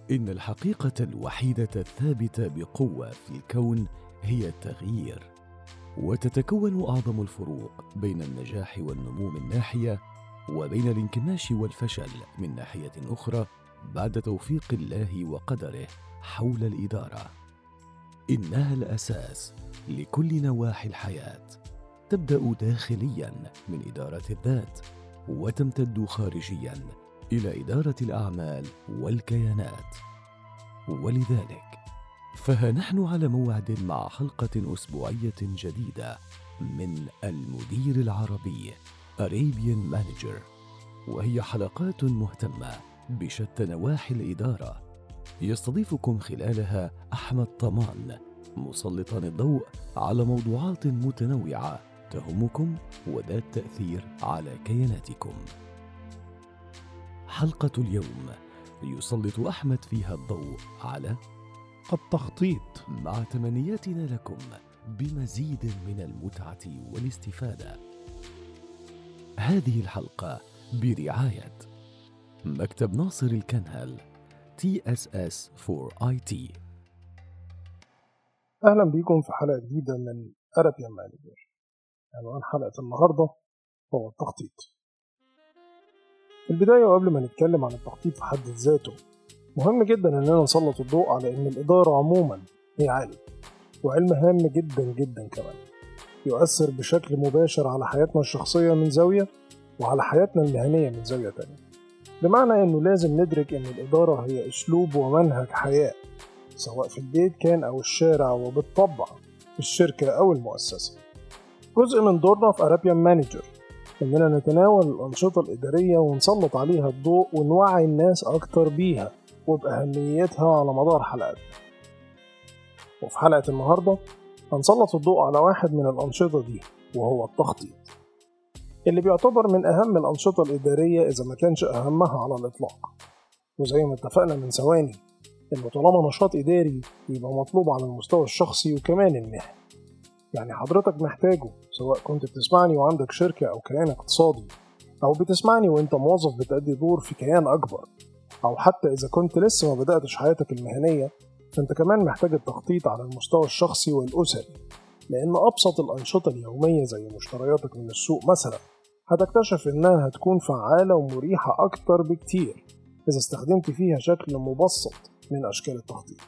إن الحقيقة الوحيدة الثابتة بقوة في الكون هي التغيير، وتتكون أعظم الفروق بين النجاح والنمو من ناحية، وبين الانكماش والفشل من ناحية أخرى بعد توفيق الله وقدره حول الإدارة. إنها الأساس لكل نواحي الحياة، تبدأ داخلياً من إدارة الذات، وتمتد خارجياً إلى إدارة الأعمال والكيانات. ولذلك فها نحن على موعد مع حلقة أسبوعية جديدة من المدير العربي Arabian Manager، وهي حلقات مهتمة بشتى نواحي الإدارة، يستضيفكم خلالها أحمد طمان، مسلطاً الضوء على موضوعات متنوعة تهمكم وذات تأثير على كياناتكم. حلقة اليوم يسلط أحمد فيها الضوء على التخطيط، مع تمنياتنا لكم بمزيد من المتعة والاستفادة. هذه الحلقة برعاية مكتب ناصر الكنهل TSS for IT. أهلا بكم في حلقة جديدة من Arabian Manager. عنوان حلقة النهاردة هو التخطيط. في البداية وقبل ما نتكلم عن التخطيط في حد ذاته، مهم جدا أننا نسلط الضوء على أن الإدارة عموما هي علم، وعلم هام جدا جدا كمان، يؤثر بشكل مباشر على حياتنا الشخصية من زاوية، وعلى حياتنا المهنية من زاوية تانية. بمعنى أنه لازم ندرك أن الإدارة هي أسلوب ومنهج حياة، سواء في البيت كان أو الشارع، وبالطبع في الشركة أو المؤسسة. جزء من دورنا في Arabian Manager إننا نتناول الأنشطة الإدارية ونسلط عليها الضوء ونوعي الناس أكتر بيها وبأهميتها على مدار حلقات. وفي حلقة النهاردة هنسلط الضوء على واحد من الأنشطة دي، وهو التخطيط، اللي بيعتبر من أهم الأنشطة الإدارية إذا ما كانش أهمها على الإطلاق. وزي ما اتفقنا من ثواني، إنه طالما نشاط إداري يبقى مطلوب على المستوى الشخصي وكمان المهني. يعني حضرتك محتاجه سواء كنت بتسمعني وعندك شركة أو كيان اقتصادي، أو بتسمعني وإنت موظف بتأدي دور في كيان أكبر، أو حتى إذا كنت لسه ما بدأتش حياتك المهنية، فأنت كمان محتاج التخطيط على المستوى الشخصي والأسري. لأن أبسط الأنشطة اليومية زي مشترياتك من السوق مثلا هتكتشف إنها هتكون فعالة ومريحة أكتر بكتير إذا استخدمت فيها شكل مبسط من أشكال التخطيط.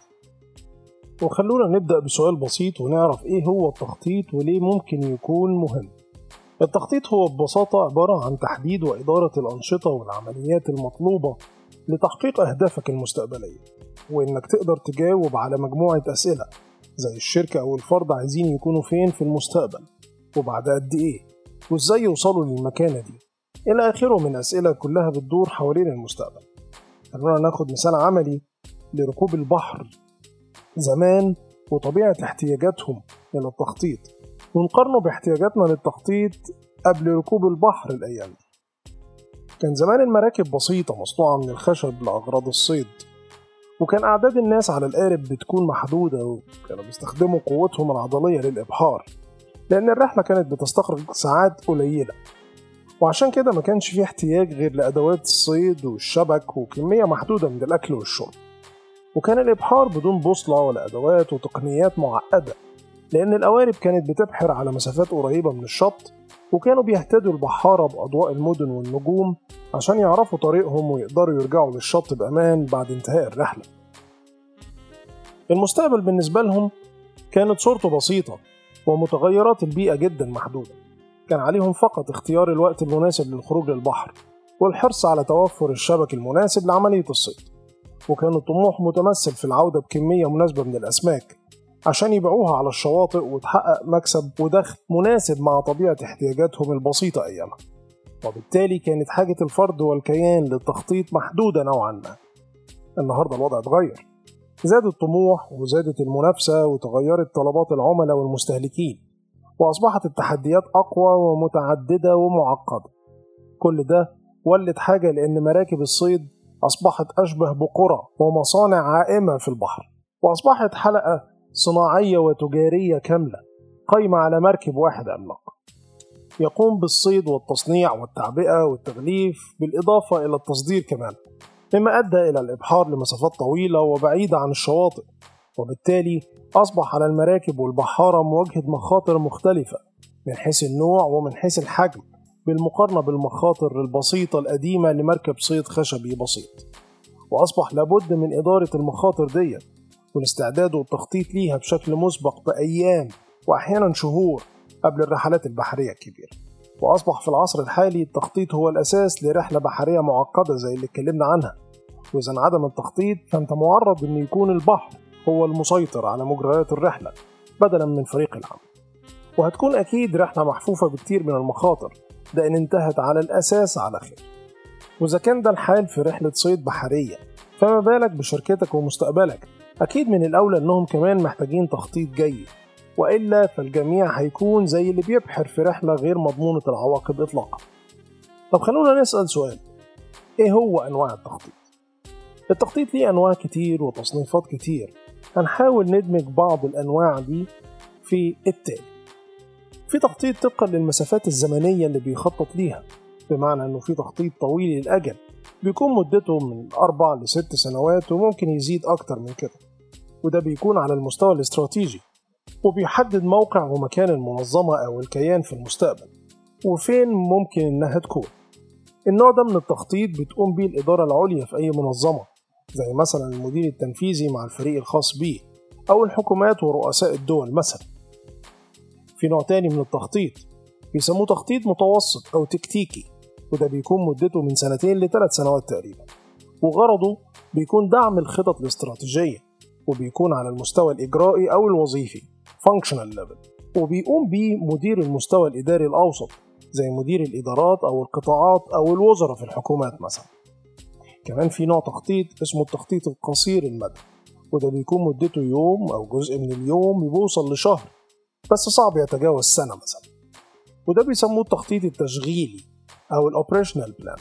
وخلونا نبدأ بسؤال بسيط ونعرف إيه هو التخطيط وليه ممكن يكون مهم. التخطيط هو ببساطة عبارة عن تحديد وإدارة الأنشطة والعمليات المطلوبة لتحقيق أهدافك المستقبلية، وإنك تقدر تجاوب على مجموعة أسئلة زي الشركة أو الفرد عايزين يكونوا فين في المستقبل، وبعد قد إيه، وإزاي يوصلوا للمكانة دي، إلى آخره من أسئلة كلها بتدور حوالين المستقبل. خلونا ناخد مثال عملي لركوب البحر زمان وطبيعة احتياجاتهم إلى التخطيط، ونقارنه باحتياجاتنا للتخطيط قبل ركوب البحر الأيام دي. كان زمان المراكب بسيطة مصنوعة من الخشب لأغراض الصيد، وكان أعداد الناس على القارب بتكون محدودة، وكانوا بيستخدموا قوتهم العضلية للإبحار، لأن الرحلة كانت بتستغرق ساعات قليلة، وعشان كده ما كانش فيه احتياج غير لأدوات الصيد والشبك وكمية محدودة من الأكل والشرب. وكان الإبحار بدون بوصلة ولا أدوات وتقنيات معقدة، لأن القوارب كانت بتبحر على مسافات قريبة من الشط، وكانوا بيهتدوا البحارة بأضواء المدن والنجوم عشان يعرفوا طريقهم ويقدروا يرجعوا للشط بأمان بعد انتهاء الرحلة. المستقبل بالنسبة لهم كانت صورته بسيطة، ومتغيرات البيئة جدا محدودة. كان عليهم فقط اختيار الوقت المناسب للخروج للبحر، والحرص على توفر الشبك المناسب لعملية الصيد. وكان الطموح متمثل في العودة بكمية مناسبة من الأسماك عشان يبيعوها على الشواطئ وتحقق مكسب ودخل مناسب مع طبيعة احتياجاتهم البسيطة أيامها. وبالتالي كانت حاجة الفرد والكيان للتخطيط محدودة نوعا ما. النهاردة الوضع اتغير، زاد الطموح وزادت المنافسة وتغيرت طلبات العملاء والمستهلكين، وأصبحت التحديات أقوى ومتعددة ومعقدة. كل ده ولد حاجة، لأن مراكب الصيد أصبحت أشبه بقرى ومصانع عائمة في البحر، وأصبحت حلقة صناعية وتجارية كاملة قايمة على مركب واحد عملاق يقوم بالصيد والتصنيع والتعبئة والتغليف، بالإضافة إلى التصدير كمان. مما أدى إلى الإبحار لمسافات طويلة وبعيدة عن الشواطئ، وبالتالي أصبح على المراكب والبحارة مواجهة مخاطر مختلفة من حيث النوع ومن حيث الحجم بالمقارنة بالمخاطر البسيطة القديمة لمركب صيد خشبي بسيط. وأصبح لابد من إدارة المخاطر دي والاستعداد والتخطيط ليها بشكل مسبق بأيام وأحيانا شهور قبل الرحلات البحرية الكبيرة. وأصبح في العصر الحالي التخطيط هو الأساس لرحلة بحرية معقدة زي اللي اتكلمنا عنها، وإذا انعدم التخطيط فأنت معرض إن يكون البحر هو المسيطر على مجريات الرحلة بدلا من فريق العمل، وهتكون أكيد رحلة محفوفة بكتير من المخاطر، ده إن انتهت على الأساس على خير. وإذا كان ده الحال في رحلة صيد بحرية، فما بالك بشركتك ومستقبلك؟ أكيد من الأولى إنهم كمان محتاجين تخطيط جيد، وإلا فالجميع هيكون زي اللي بيبحر في رحلة غير مضمونة العواقب إطلاقا. طب خلونا نسأل سؤال، إيه هو أنواع التخطيط؟ التخطيط ليه أنواع كتير وتصنيفات كتير، هنحاول ندمج بعض الأنواع دي في التالي. في تخطيط طبقا للمسافات الزمنية اللي بيخطط ليها، بمعنى أنه في تخطيط طويل الأجل بيكون مدته من 4 ل 6 سنوات وممكن يزيد أكتر من كده، وده بيكون على المستوى الاستراتيجي وبيحدد موقع ومكان المنظمة أو الكيان في المستقبل وفين ممكن إنها تكون. النوع ده من التخطيط بتقوم بيه الإدارة العليا في أي منظمة، زي مثلا المدير التنفيذي مع الفريق الخاص بيه أو الحكومات ورؤساء الدول مثلا. في نوع تاني من التخطيط بيسموه تخطيط متوسط أو تكتيكي، وده بيكون مدته من 2 ل 3 سنوات تقريبا، وغرضه بيكون دعم الخطط الاستراتيجية، وبيكون على المستوى الإجرائي أو الوظيفي functional level، وبيقوم بيه مدير المستوى الإداري الأوسط زي مدير الإدارات أو القطاعات أو الوزراء في الحكومات مثلا. كمان في نوع تخطيط اسمه التخطيط القصير المدى، وده بيكون مدته يوم أو جزء من اليوم بيوصل لشهر، بس صعب يتجاوز سنة مثلا، وده بيسموه التخطيط التشغيلي أو الأوبريشنال بلان،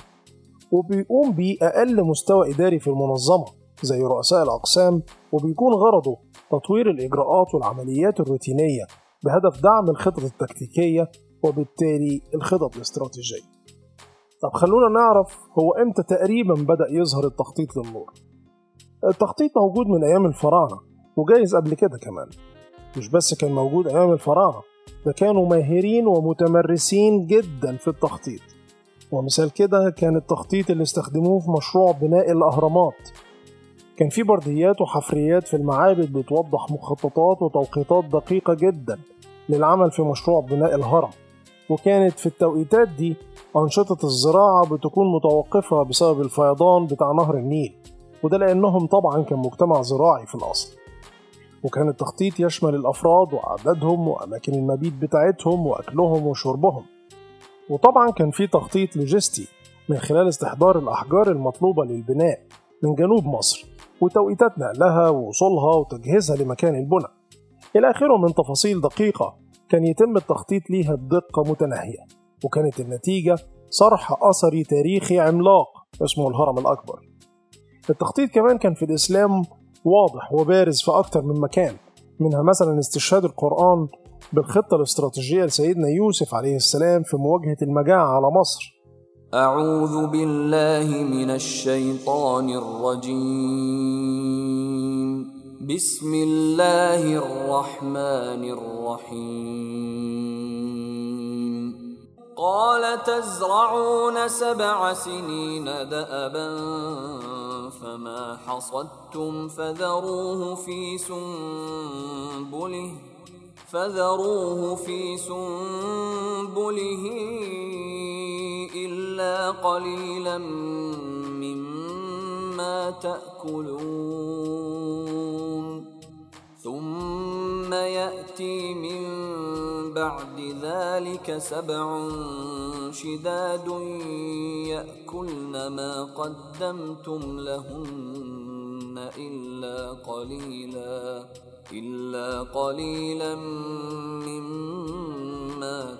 وبيقوم بيه أقل مستوى إداري في المنظمة زي رؤساء الأقسام، وبيكون غرضه تطوير الإجراءات والعمليات الروتينية بهدف دعم الخطط التكتيكية وبالتالي الخطط الاستراتيجية. طب خلونا نعرف هو إمتى تقريبا بدأ يظهر التخطيط للنور. التخطيط موجود من أيام الفراعنة وجايز قبل كده كمان، مش بس كان موجود أيام الفراعنة، ده كانوا ماهرين ومتمرسين جدا في التخطيط. ومثال كده كان التخطيط اللي استخدموه في مشروع بناء الأهرامات. كان في برديات وحفريات في المعابد بتوضح مخططات وتوقيتات دقيقة جدا للعمل في مشروع بناء الهرم، وكانت في التوقيتات دي أنشطة الزراعة بتكون متوقفة بسبب الفيضان بتاع نهر النيل، وده لأنهم طبعا كان مجتمع زراعي في الأصل. وكان التخطيط يشمل الأفراد وأعدادهم وأماكن المبيت بتاعتهم وأكلهم وشربهم. وطبعا كان في تخطيط لوجستي من خلال استحضار الأحجار المطلوبة للبناء من جنوب مصر وتوقيتات نقلها ووصولها وتجهيزها لمكان البناء إلى آخره من تفاصيل دقيقة كان يتم التخطيط ليها بدقة متناهية، وكانت النتيجة صرح أثري تاريخي عملاق اسمه الهرم الأكبر. التخطيط كمان كان في الإسلام واضح وبارز في أكتر من مكان، منها مثلا استشهاد القرآن بالخطة الاستراتيجية لسيدنا يوسف عليه السلام في مواجهة المجاعة على مصر. أعوذ بالله من الشيطان الرجيم. بسم الله الرحمن الرحيم. قال تزرعون 7 سنين دأبا فما حصدتم فذروه في سنبله إلا قليلا مما تأكلون ثم يأتي من بعد ذلك 7 شداد يأكلن ما قدمتم لهن إلا قليلا مما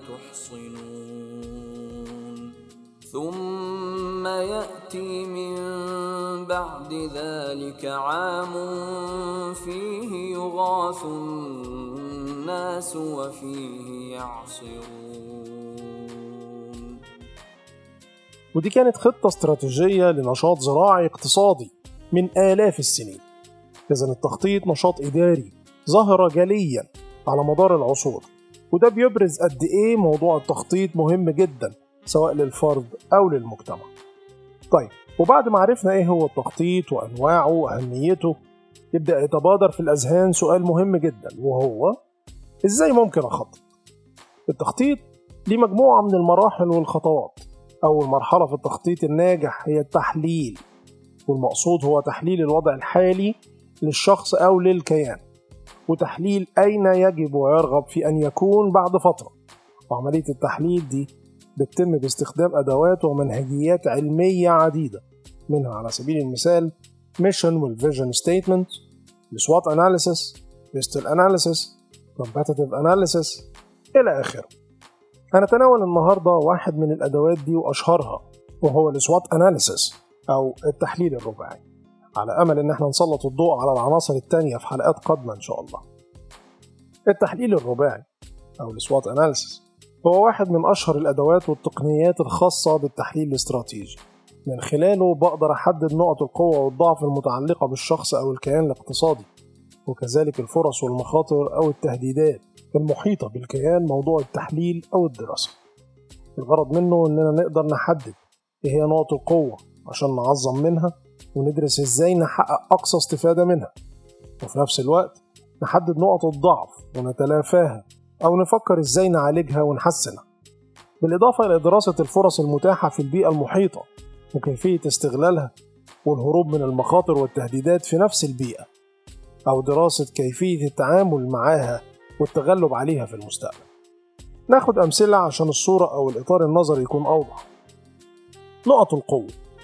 تحصنون ثم يأتي من بعد ذلك عام فيه يغاث الناس وفيه يعصرون. ودي كانت خطة استراتيجية لنشاط زراعي اقتصادي من آلاف السنين. إذن التخطيط نشاط إداري ظهر جليا على مدار العصور، وده بيبرز قد إيه موضوع التخطيط مهم جدا سواء للفرد أو للمجتمع. طيب، وبعد ما عرفنا إيه هو التخطيط وأنواعه وأهميته، يبدأ يتبادر في الأذهان سؤال مهم جدا، وهو إزاي ممكن أخطط؟ التخطيط ليه مجموعة من المراحل والخطوات. أول مرحلة في التخطيط الناجح هي التحليل، والمقصود هو تحليل الوضع الحالي للشخص أو للكيان، وتحليل أين يجب ويرغب في أن يكون بعد فترة. وعملية التحليل دي بتتم باستخدام أدوات ومنهجيات علمية عديدة، منها على سبيل المثال Mission والفيجن ستيتمنت، SWOT Analysis، Risk Analysis، Competitive Analysis إلى آخره. هنتناول النهاردة واحد من الأدوات دي وأشهرها، وهو SWOT Analysis أو التحليل الرباعي، على أمل إن احنا نسلط الضوء على العناصر التانية في حلقات قادمة إن شاء الله. التحليل الرباعي أو SWOT Analysis هو واحد من أشهر الأدوات والتقنيات الخاصة بالتحليل الاستراتيجي. من خلاله بقدر أحدد نقط القوة والضعف المتعلقة بالشخص أو الكيان الاقتصادي، وكذلك الفرص والمخاطر أو التهديدات المحيطة بالكيان موضوع التحليل أو الدراسة. الغرض منه إننا نقدر نحدد إيه هي نقط القوة عشان نعظم منها، وندرس إزاي نحقق أقصى استفادة منها، وفي نفس الوقت نحدد نقط الضعف ونتلافاها أو نفكر إزاي نعالجها ونحسنها، بالإضافة إلى دراسة الفرص المتاحة في البيئة المحيطة وكيفية استغلالها، والهروب من المخاطر والتهديدات في نفس البيئة، أو دراسة كيفية التعامل معها والتغلب عليها في المستقبل. ناخد أمثلة عشان الصورة أو الإطار النظري يكون أوضح. نقط القوة.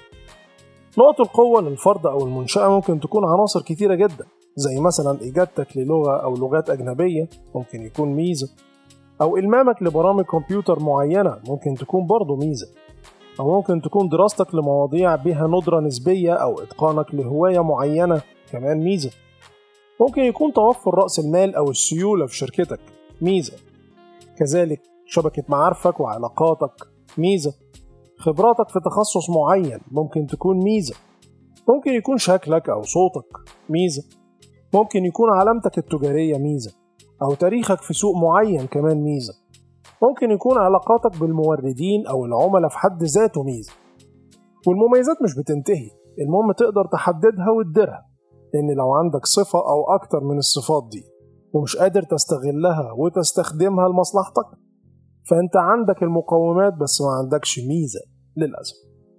نقط القوة للفرد أو المنشأة ممكن تكون عناصر كتيرة جدا، زي مثلا إجادتك للغة أو لغات أجنبية ممكن يكون ميزة، أو إلمامك لبرامج كمبيوتر معينة ممكن تكون برضو ميزة، أو ممكن تكون دراستك لمواضيع بها ندرة نسبية أو إتقانك لهواية معينة كمان ميزة. ممكن يكون توفر رأس المال أو السيولة في شركتك ميزة، كذلك شبكة معارفك وعلاقاتك ميزة، خبراتك في تخصص معين ممكن تكون ميزة، ممكن يكون شكلك أو صوتك ميزة، ممكن يكون علامتك التجارية ميزة، أو تاريخك في سوق معين كمان ميزة، ممكن يكون علاقاتك بالموردين أو العملاء في حد ذاته ميزة. والمميزات مش بتنتهي، المهم تقدر تحددها وتديرها، لأن لو عندك صفة أو أكتر من الصفات دي ومش قادر تستغلها وتستخدمها لمصلحتك، فأنت عندك المقومات بس ما عندكش ميزة للأسف.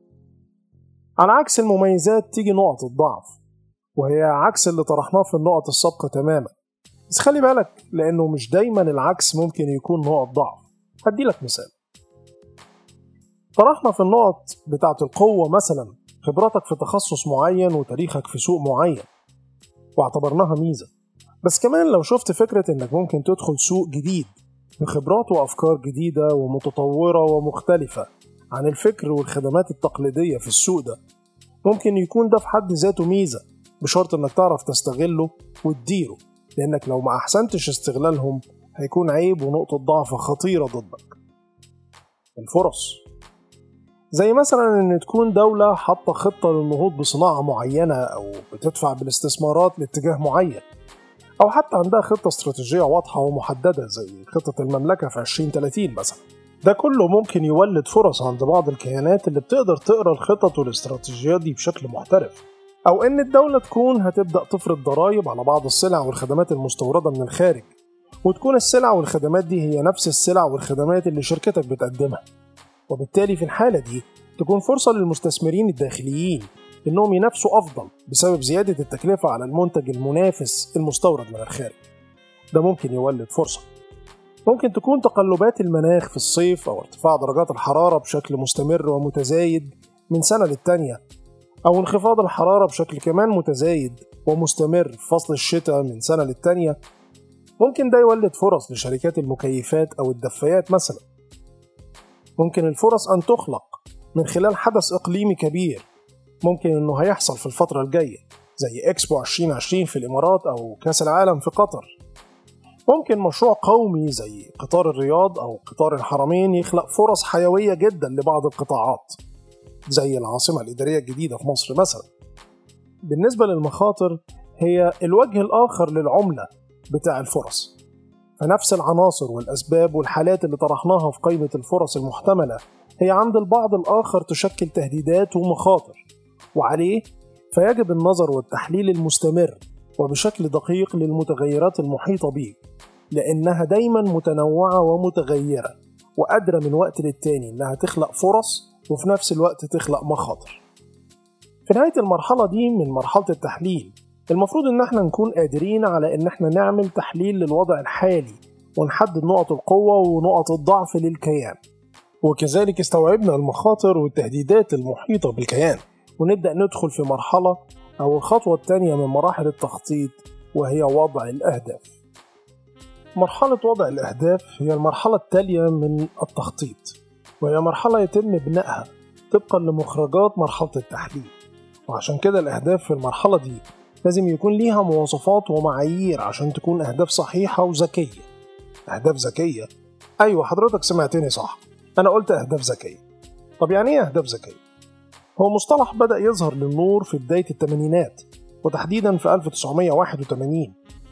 على عكس المميزات تيجي نقط الضعف، وهي عكس اللي طرحناه في النقط السابقة تماما، بس خلي بالك لأنه مش دايما العكس ممكن يكون نقط ضعف. هديلك مثال. طرحنا في النقط بتاعت القوة مثلا خبراتك في تخصص معين وتاريخك في سوق معين، واعتبرناها ميزة. بس كمان لو شفت فكرة إنك ممكن تدخل سوق جديد بخبرات وأفكار جديدة ومتطورة ومختلفة عن الفكر والخدمات التقليدية في السوق ده، ممكن يكون ده في حد ذاته ميزة، بشرط إنك تعرف تستغله وتديره، لأنك لو ما أحسنتش استغلالهم هيكون عيب ونقطة ضعف خطيرة ضدك. الفرص، زي مثلا إن تكون دولة حاطة خطة للنهوض بصناعة معينة، أو بتدفع بالاستثمارات لاتجاه معين، أو حتى عندها خطة استراتيجية واضحة ومحددة زي خطة المملكة في 2030 مثلا. ده كله ممكن يولد فرص عند بعض الكيانات اللي بتقدر تقرأ الخطط والاستراتيجيات دي بشكل محترف، أو إن الدولة تكون هتبدأ تفرض ضرائب على بعض السلع والخدمات المستوردة من الخارج، وتكون السلع والخدمات دي هي نفس السلع والخدمات اللي شركتك بتقدمها. وبالتالي في الحالة دي تكون فرصة للمستثمرين الداخليين إنهم ينافسوا أفضل بسبب زيادة التكلفة على المنتج المنافس المستورد من الخارج. ده ممكن يولد فرصة. ممكن تكون تقلبات المناخ في الصيف أو ارتفاع درجات الحرارة بشكل مستمر ومتزايد من سنة للتانية، أو انخفاض الحرارة بشكل كمان متزايد ومستمر في فصل الشتاء من سنة للتانية. ممكن ده يولد فرص لشركات المكيفات أو الدفايات مثلا. ممكن الفرص أن تخلق من خلال حدث إقليمي كبير ممكن إنه هيحصل في الفترة الجاية، زي إكسبو 2020 في الإمارات أو كأس العالم في قطر. ممكن مشروع قومي زي قطار الرياض أو قطار الحرمين يخلق فرص حيوية جدا لبعض القطاعات. زي العاصمة الإدارية الجديدة في مصر مثلا. بالنسبة للمخاطر هي الوجه الآخر للعملة بتاع الفرص، فنفس العناصر والأسباب والحالات اللي طرحناها في قائمة الفرص المحتملة هي عند البعض الآخر تشكل تهديدات ومخاطر، وعليه فيجب النظر والتحليل المستمر وبشكل دقيق للمتغيرات المحيطة به، لأنها دايما متنوعة ومتغيرة وقادرة من وقت للتاني إنها تخلق فرص وفي نفس الوقت تخلق مخاطر. في نهاية المرحلة دي من مرحلة التحليل المفروض إن احنا نكون قادرين على إن احنا نعمل تحليل للوضع الحالي ونحدد نقط القوة ونقط الضعف للكيان، وكذلك استوعبنا المخاطر والتهديدات المحيطة بالكيان، ونبدأ ندخل في مرحلة أو الخطوة الثانية من مراحل التخطيط وهي وضع الأهداف. مرحلة وضع الأهداف هي المرحلة التالية من التخطيط، وهي مرحلة يتم بنائها طبقا لمخرجات مرحلة التحليل، وعشان كده الأهداف في المرحلة دي لازم يكون ليها مواصفات ومعايير عشان تكون أهداف صحيحة وذكية. أهداف ذكية؟ أيوة حضرتك سمعتني صح، أنا قلت أهداف ذكية. طب يعني إيه أهداف ذكية؟ هو مصطلح بدأ يظهر للنور في بداية الثمانينات وتحديدا في 1981.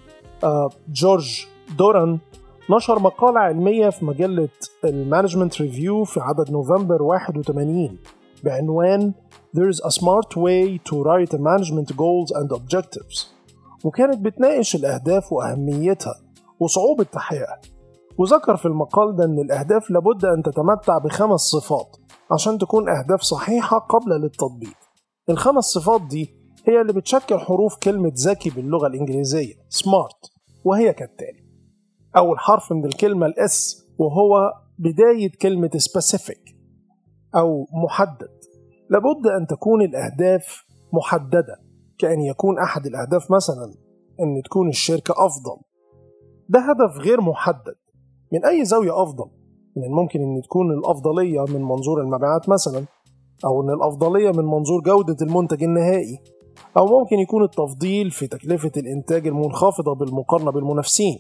جورج دوران نشر مقالة علمية في مجلة المانجمنت ريفيو في عدد نوفمبر 81 بعنوان There's a smart way to write management goals and objectives، وكانت بتناقش الأهداف وأهميتها وصعوبة تحقيقها. وذكر في المقال ده أن الأهداف لابد أن تتمتع ب5 صفات عشان تكون أهداف صحيحة قبل للتطبيق. ال5 صفات دي هي اللي بتشكل حروف كلمة ذكي باللغة الإنجليزية smart، وهي كالتالي: أول حرف من الكلمة الS وهو بداية كلمة specific أو محدد. لابد أن تكون الأهداف محددة، كأن يكون أحد الأهداف مثلا أن تكون الشركة أفضل. ده هدف غير محدد من أي زاوية أفضل، من الممكن أن تكون الأفضلية من منظور المبيعات مثلا، أو أن الأفضلية من منظور جودة المنتج النهائي، أو ممكن يكون التفضيل في تكلفة الإنتاج المنخفضة بالمقارنة بالمنافسين.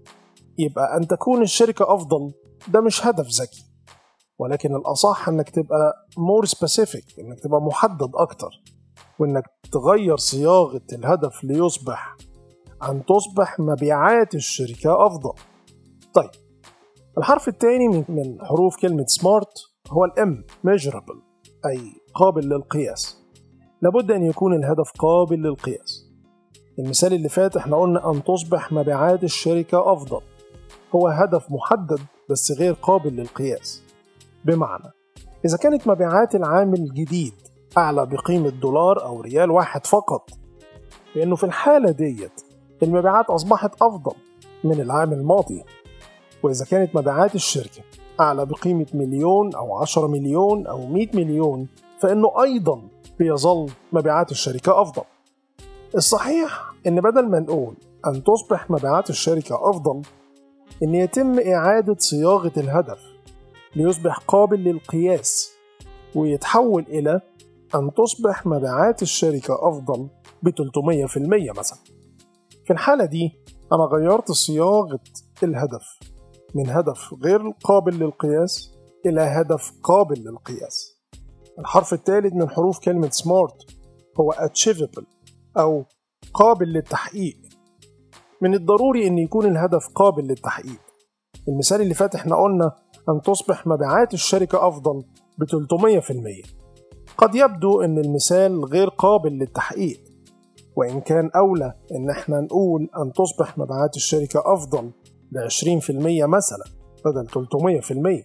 يبقى أن تكون الشركة أفضل ده مش هدف ذكي، ولكن الأصح أنك تبقى more specific، أنك تبقى محدد أكتر، وأنك تغير صياغة الهدف ليصبح أن تصبح مبيعات الشركة أفضل. طيب الحرف الثاني من حروف كلمة smart هو الM measurable، أي قابل للقياس. لابد أن يكون الهدف قابل للقياس. المثال اللي فات احنا قلنا أن تصبح مبيعات الشركة أفضل، هو هدف محدد بس غير قابل للقياس. بمعنى إذا كانت مبيعات العام الجديد أعلى بقيمة $1 أو ريال واحد فقط، لأنه في الحالة ديت المبيعات أصبحت أفضل من العام الماضي. وإذا كانت مبيعات الشركة أعلى بقيمة 1,000,000 أو 10 مليون أو 100 مليون، فإنه أيضا بيظل مبيعات الشركة أفضل. الصحيح إن بدل ما نقول أن تصبح مبيعات الشركة أفضل، إن يتم إعادة صياغة الهدف ليصبح قابل للقياس ويتحول إلى أن تصبح مبيعات الشركة أفضل ب300% مثلا. في الحالة دي أنا غيرت صياغة الهدف من هدف غير قابل للقياس إلى هدف قابل للقياس. الحرف الثالث من حروف كلمة smart هو achievable أو قابل للتحقيق. من الضروري أن يكون الهدف قابل للتحقيق. المثال اللي فات احنا قلنا أن تصبح مبيعات الشركة أفضل ب300%. قد يبدو أن المثال غير قابل للتحقيق، وإن كان أولى أن احنا نقول أن تصبح مبيعات الشركة أفضل ب20% مثلا بدل 300%.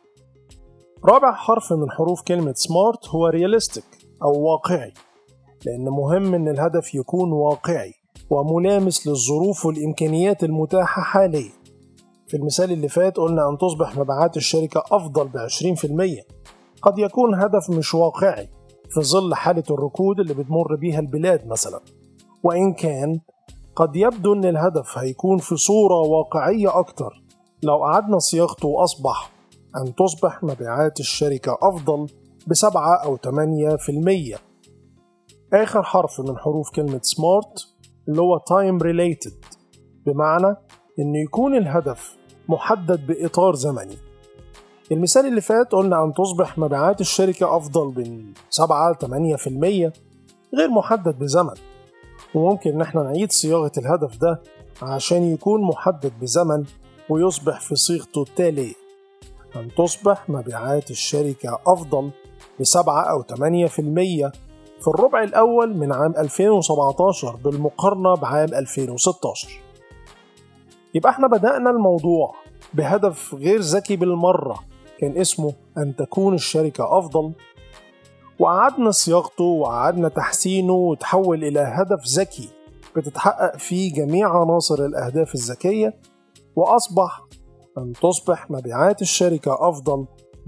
رابع حرف من حروف كلمة smart هو realistic أو واقعي، لأن مهم أن الهدف يكون واقعي وملامس للظروف والإمكانيات المتاحة حاليا. في المثال اللي فات قلنا أن تصبح مبيعات الشركة أفضل ب20%. قد يكون هدف مش واقعي في ظل حالة الركود اللي بتمر بيها البلاد مثلا، وإن كان قد يبدو أن الهدف هيكون في صورة واقعية أكتر لو أعدنا صياغته وأصبح أن تصبح مبيعات الشركة أفضل ب7 أو 8%. آخر حرف من حروف كلمة smart اللي هو time related، بمعنى أن يكون الهدف محدد بإطار زمني. المثال اللي فات قلنا أن تصبح مبيعات الشركة أفضل من 7-8% غير محدد بزمن، وممكن إن احنا نعيد صياغة الهدف ده عشان يكون محدد بزمن ويصبح في صيغته التالية: أن تصبح مبيعات الشركة أفضل ب7-8% في الربع الأول من عام 2017 بالمقارنة بعام 2016. يبقى احنا بدأنا الموضوع بهدف غير ذكي بالمرة كان اسمه أن تكون الشركة أفضل، وقعدنا صياغته وقعدنا تحسينه وتحول إلى هدف ذكي بتتحقق فيه جميع عناصر الأهداف الذكية، وأصبح أن تصبح مبيعات الشركة أفضل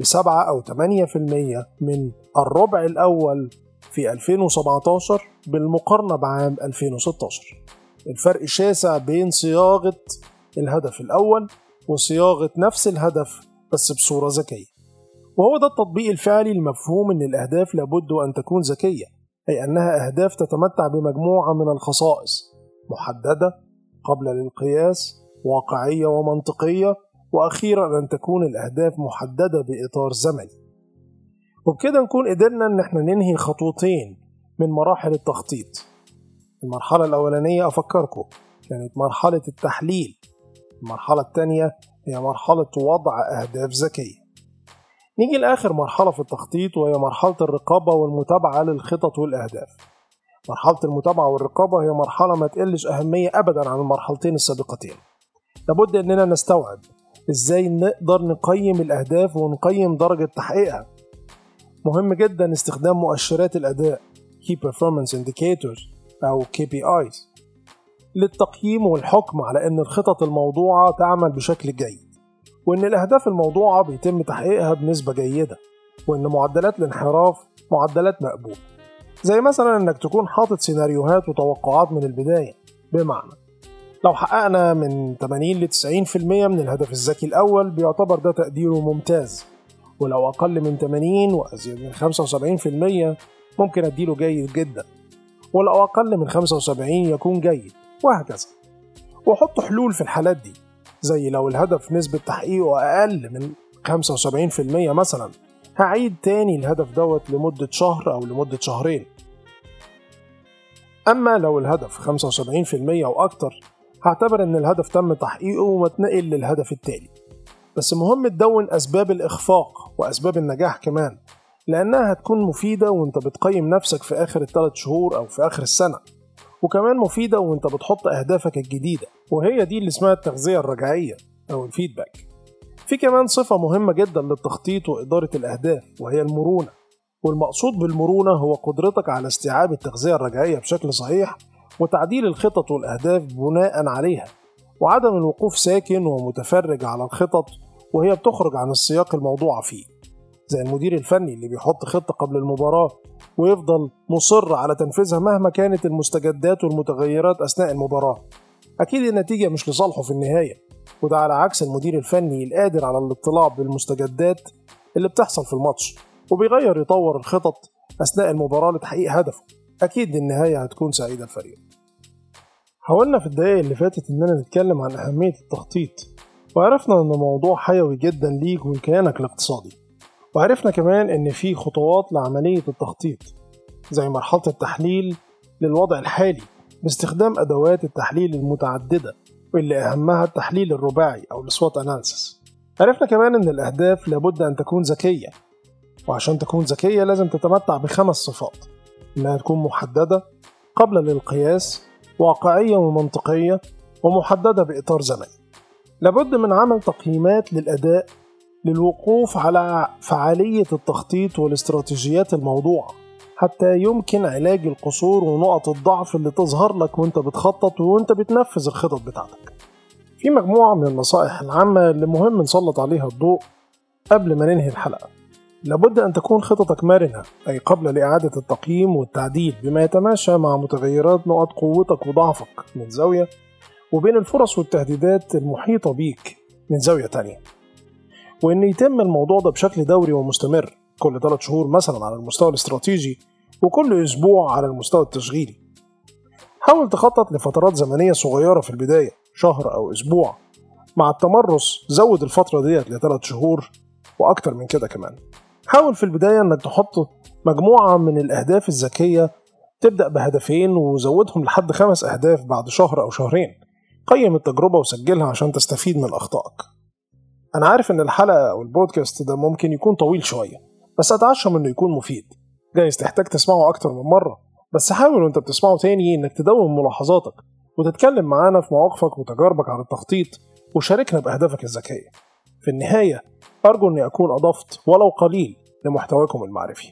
ب7-8% من الربع الأول في 2017 بالمقارنة بعام 2016. الفرق شاسع بين صياغة الهدف الأول وصياغة نفس الهدف بس بصورة ذكية، وهو ده التطبيق الفعلي لمفهوم أن الأهداف لابد أن تكون ذكية، أي أنها أهداف تتمتع بمجموعة من الخصائص: محددة، قبل للقياس، واقعية ومنطقية، وأخيرا أن تكون الأهداف محددة بإطار زمني. وبكده نكون قدرنا أن احنا ننهي خطوتين من مراحل التخطيط. المرحلة الأولانية أفكركم كانت مرحلة التحليل، المرحلة الثانية هي مرحلة وضع أهداف ذكية. نيجي لآخر مرحلة في التخطيط وهي مرحلة الرقابة والمتابعة للخطط والأهداف. مرحلة المتابعة والرقابة هي مرحلة ما تقلش أهمية أبدا عن المرحلتين السابقتين. لابد أننا نستوعب إزاي نقدر نقيم الأهداف ونقيم درجة تحقيقها. مهم جدا استخدام مؤشرات الأداء Key Performance Indicators أو KPIs للتقييم والحكم على أن الخطط الموضوعة تعمل بشكل جيد، وأن الأهداف الموضوعة بيتم تحقيقها بنسبة جيدة، وأن معدلات الانحراف معدلات مقبولة. زي مثلا أنك تكون حاطط سيناريوهات وتوقعات من البداية، بمعنى لو حققنا من 80-90% من الهدف الذكي الأول بيعتبر ده تقديره ممتاز، ولو أقل من 80 وأزيد من 75% ممكن أديله جيد جدا، ولو أقل من 75 يكون جيد، وهكذا. وحط حلول في الحالات دي، زي لو الهدف نسبة تحقيقه أقل من 75% مثلا، هعيد تاني الهدف دوت لمدة شهر أو لمدة شهرين. أما لو الهدف 75% وأكتر هعتبر أن الهدف تم تحقيقه ومتنقل للهدف التالي. بس مهم تدون أسباب الإخفاق وأسباب النجاح كمان، لأنها هتكون مفيدة وانت بتقيم نفسك في آخر 3 شهور أو في آخر السنة، وكمان مفيدة وانت بتحط أهدافك الجديدة، وهي دي اللي اسمها التغذية الرجعية أو الفيدباك. في كمان صفة مهمة جدا للتخطيط وإدارة الأهداف وهي المرونة، والمقصود بالمرونة هو قدرتك على استيعاب التغذية الرجعية بشكل صحيح وتعديل الخطط والأهداف بناء عليها، وعدم الوقوف ساكن ومتفرج على الخطط وهي بتخرج عن السياق الموضوع فيه، زي المدير الفني اللي بيحط خطة قبل المباراة ويفضل مصر على تنفيذها مهما كانت المستجدات والمتغيرات أثناء المباراة. أكيد النتيجة مش لصالحه في النهاية، وده على عكس المدير الفني القادر على الاطلاع بالمستجدات اللي بتحصل في الماتش وبيغير يطور الخطط أثناء المباراة لتحقيق هدفه. أكيد النهاية هتكون سعيدة الفريق. حاولنا في الدقايق اللي فاتت إننا نتكلم عن أهمية التخطيط، وعرفنا إن موضوع حيوي جدا ليك ولكيانك الاقتصادي، وعرفنا كمان إن في خطوات لعملية التخطيط زي مرحلة التحليل للوضع الحالي باستخدام أدوات التحليل المتعددة، واللي أهمها التحليل الرباعي أو السوات أناليسيس. عرفنا كمان إن الأهداف لابد أن تكون ذكية، وعشان تكون ذكية لازم تتمتع ب5 صفات: إنها تكون محددة، قبل للقياس، واقعية ومنطقية، ومحددة بإطار زمني. لابد من عمل تقييمات للأداء للوقوف على فعالية التخطيط والاستراتيجيات الموضوعة حتى يمكن علاج القصور ونقط الضعف اللي تظهر لك وانت بتخطط وانت بتنفذ الخطط بتاعتك. في مجموعة من النصائح العامة اللي مهم نسلط عليها الضوء قبل ما ننهي الحلقة. لابد أن تكون خططك مرنة، أي قبل لإعادة التقييم والتعديل بما يتماشى مع متغيرات نقط قوتك وضعفك من زاوية، وبين الفرص والتهديدات المحيطة بيك من زاوية تانية، وإن يتم الموضوع ده بشكل دوري ومستمر كل 3 شهور مثلا على المستوى الاستراتيجي، وكل أسبوع على المستوى التشغيلي. حاول تخطط لفترات زمنية صغيرة في البداية، شهر أو أسبوع. مع التمرس زود الفترة ديت ل3 شهور، وأكتر من كده كمان. حاول في البداية إنك تحط مجموعة من الأهداف الذكية، تبدأ بهدفين وزودهم لحد 5 أهداف بعد شهر أو شهرين. قيم التجربة وسجلها عشان تستفيد من أخطائك. أنا عارف إن الحلقة أو البودكاست ده ممكن يكون طويل شوية، بس أتعشم إنه يكون مفيد. جايز تحتاج تسمعه أكتر من مرة، بس حاول وإنت بتسمعه تاني إنك تدون ملاحظاتك وتتكلم معانا في مواقفك وتجاربك عن التخطيط، وشاركنا بأهدافك الذكية. في النهاية أرجو أني أكون أضفت ولو قليل لمحتواكم المعرفي.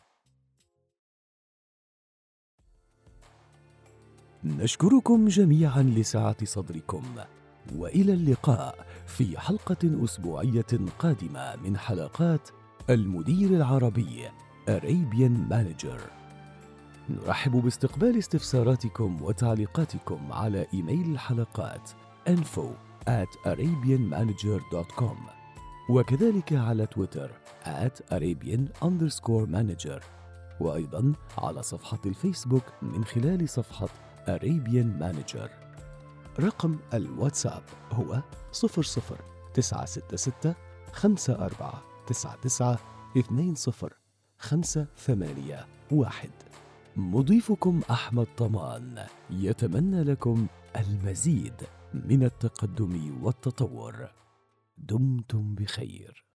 نشكركم جميعا لسعة صدركم، وإلى اللقاء في حلقة أسبوعية قادمة من حلقات المدير العربي Arabian Manager. نرحب باستقبال استفساراتكم وتعليقاتكم على إيميل الحلقات info@arabianmanager.com، وكذلك على تويتر @Arabian_manager، وأيضا على صفحة الفيسبوك من خلال صفحة Arabian Manager. رقم الواتساب هو 00966 5499 20581. مضيفكم أحمد طمان يتمنى لكم المزيد من التقدم والتطور. دمتم بخير.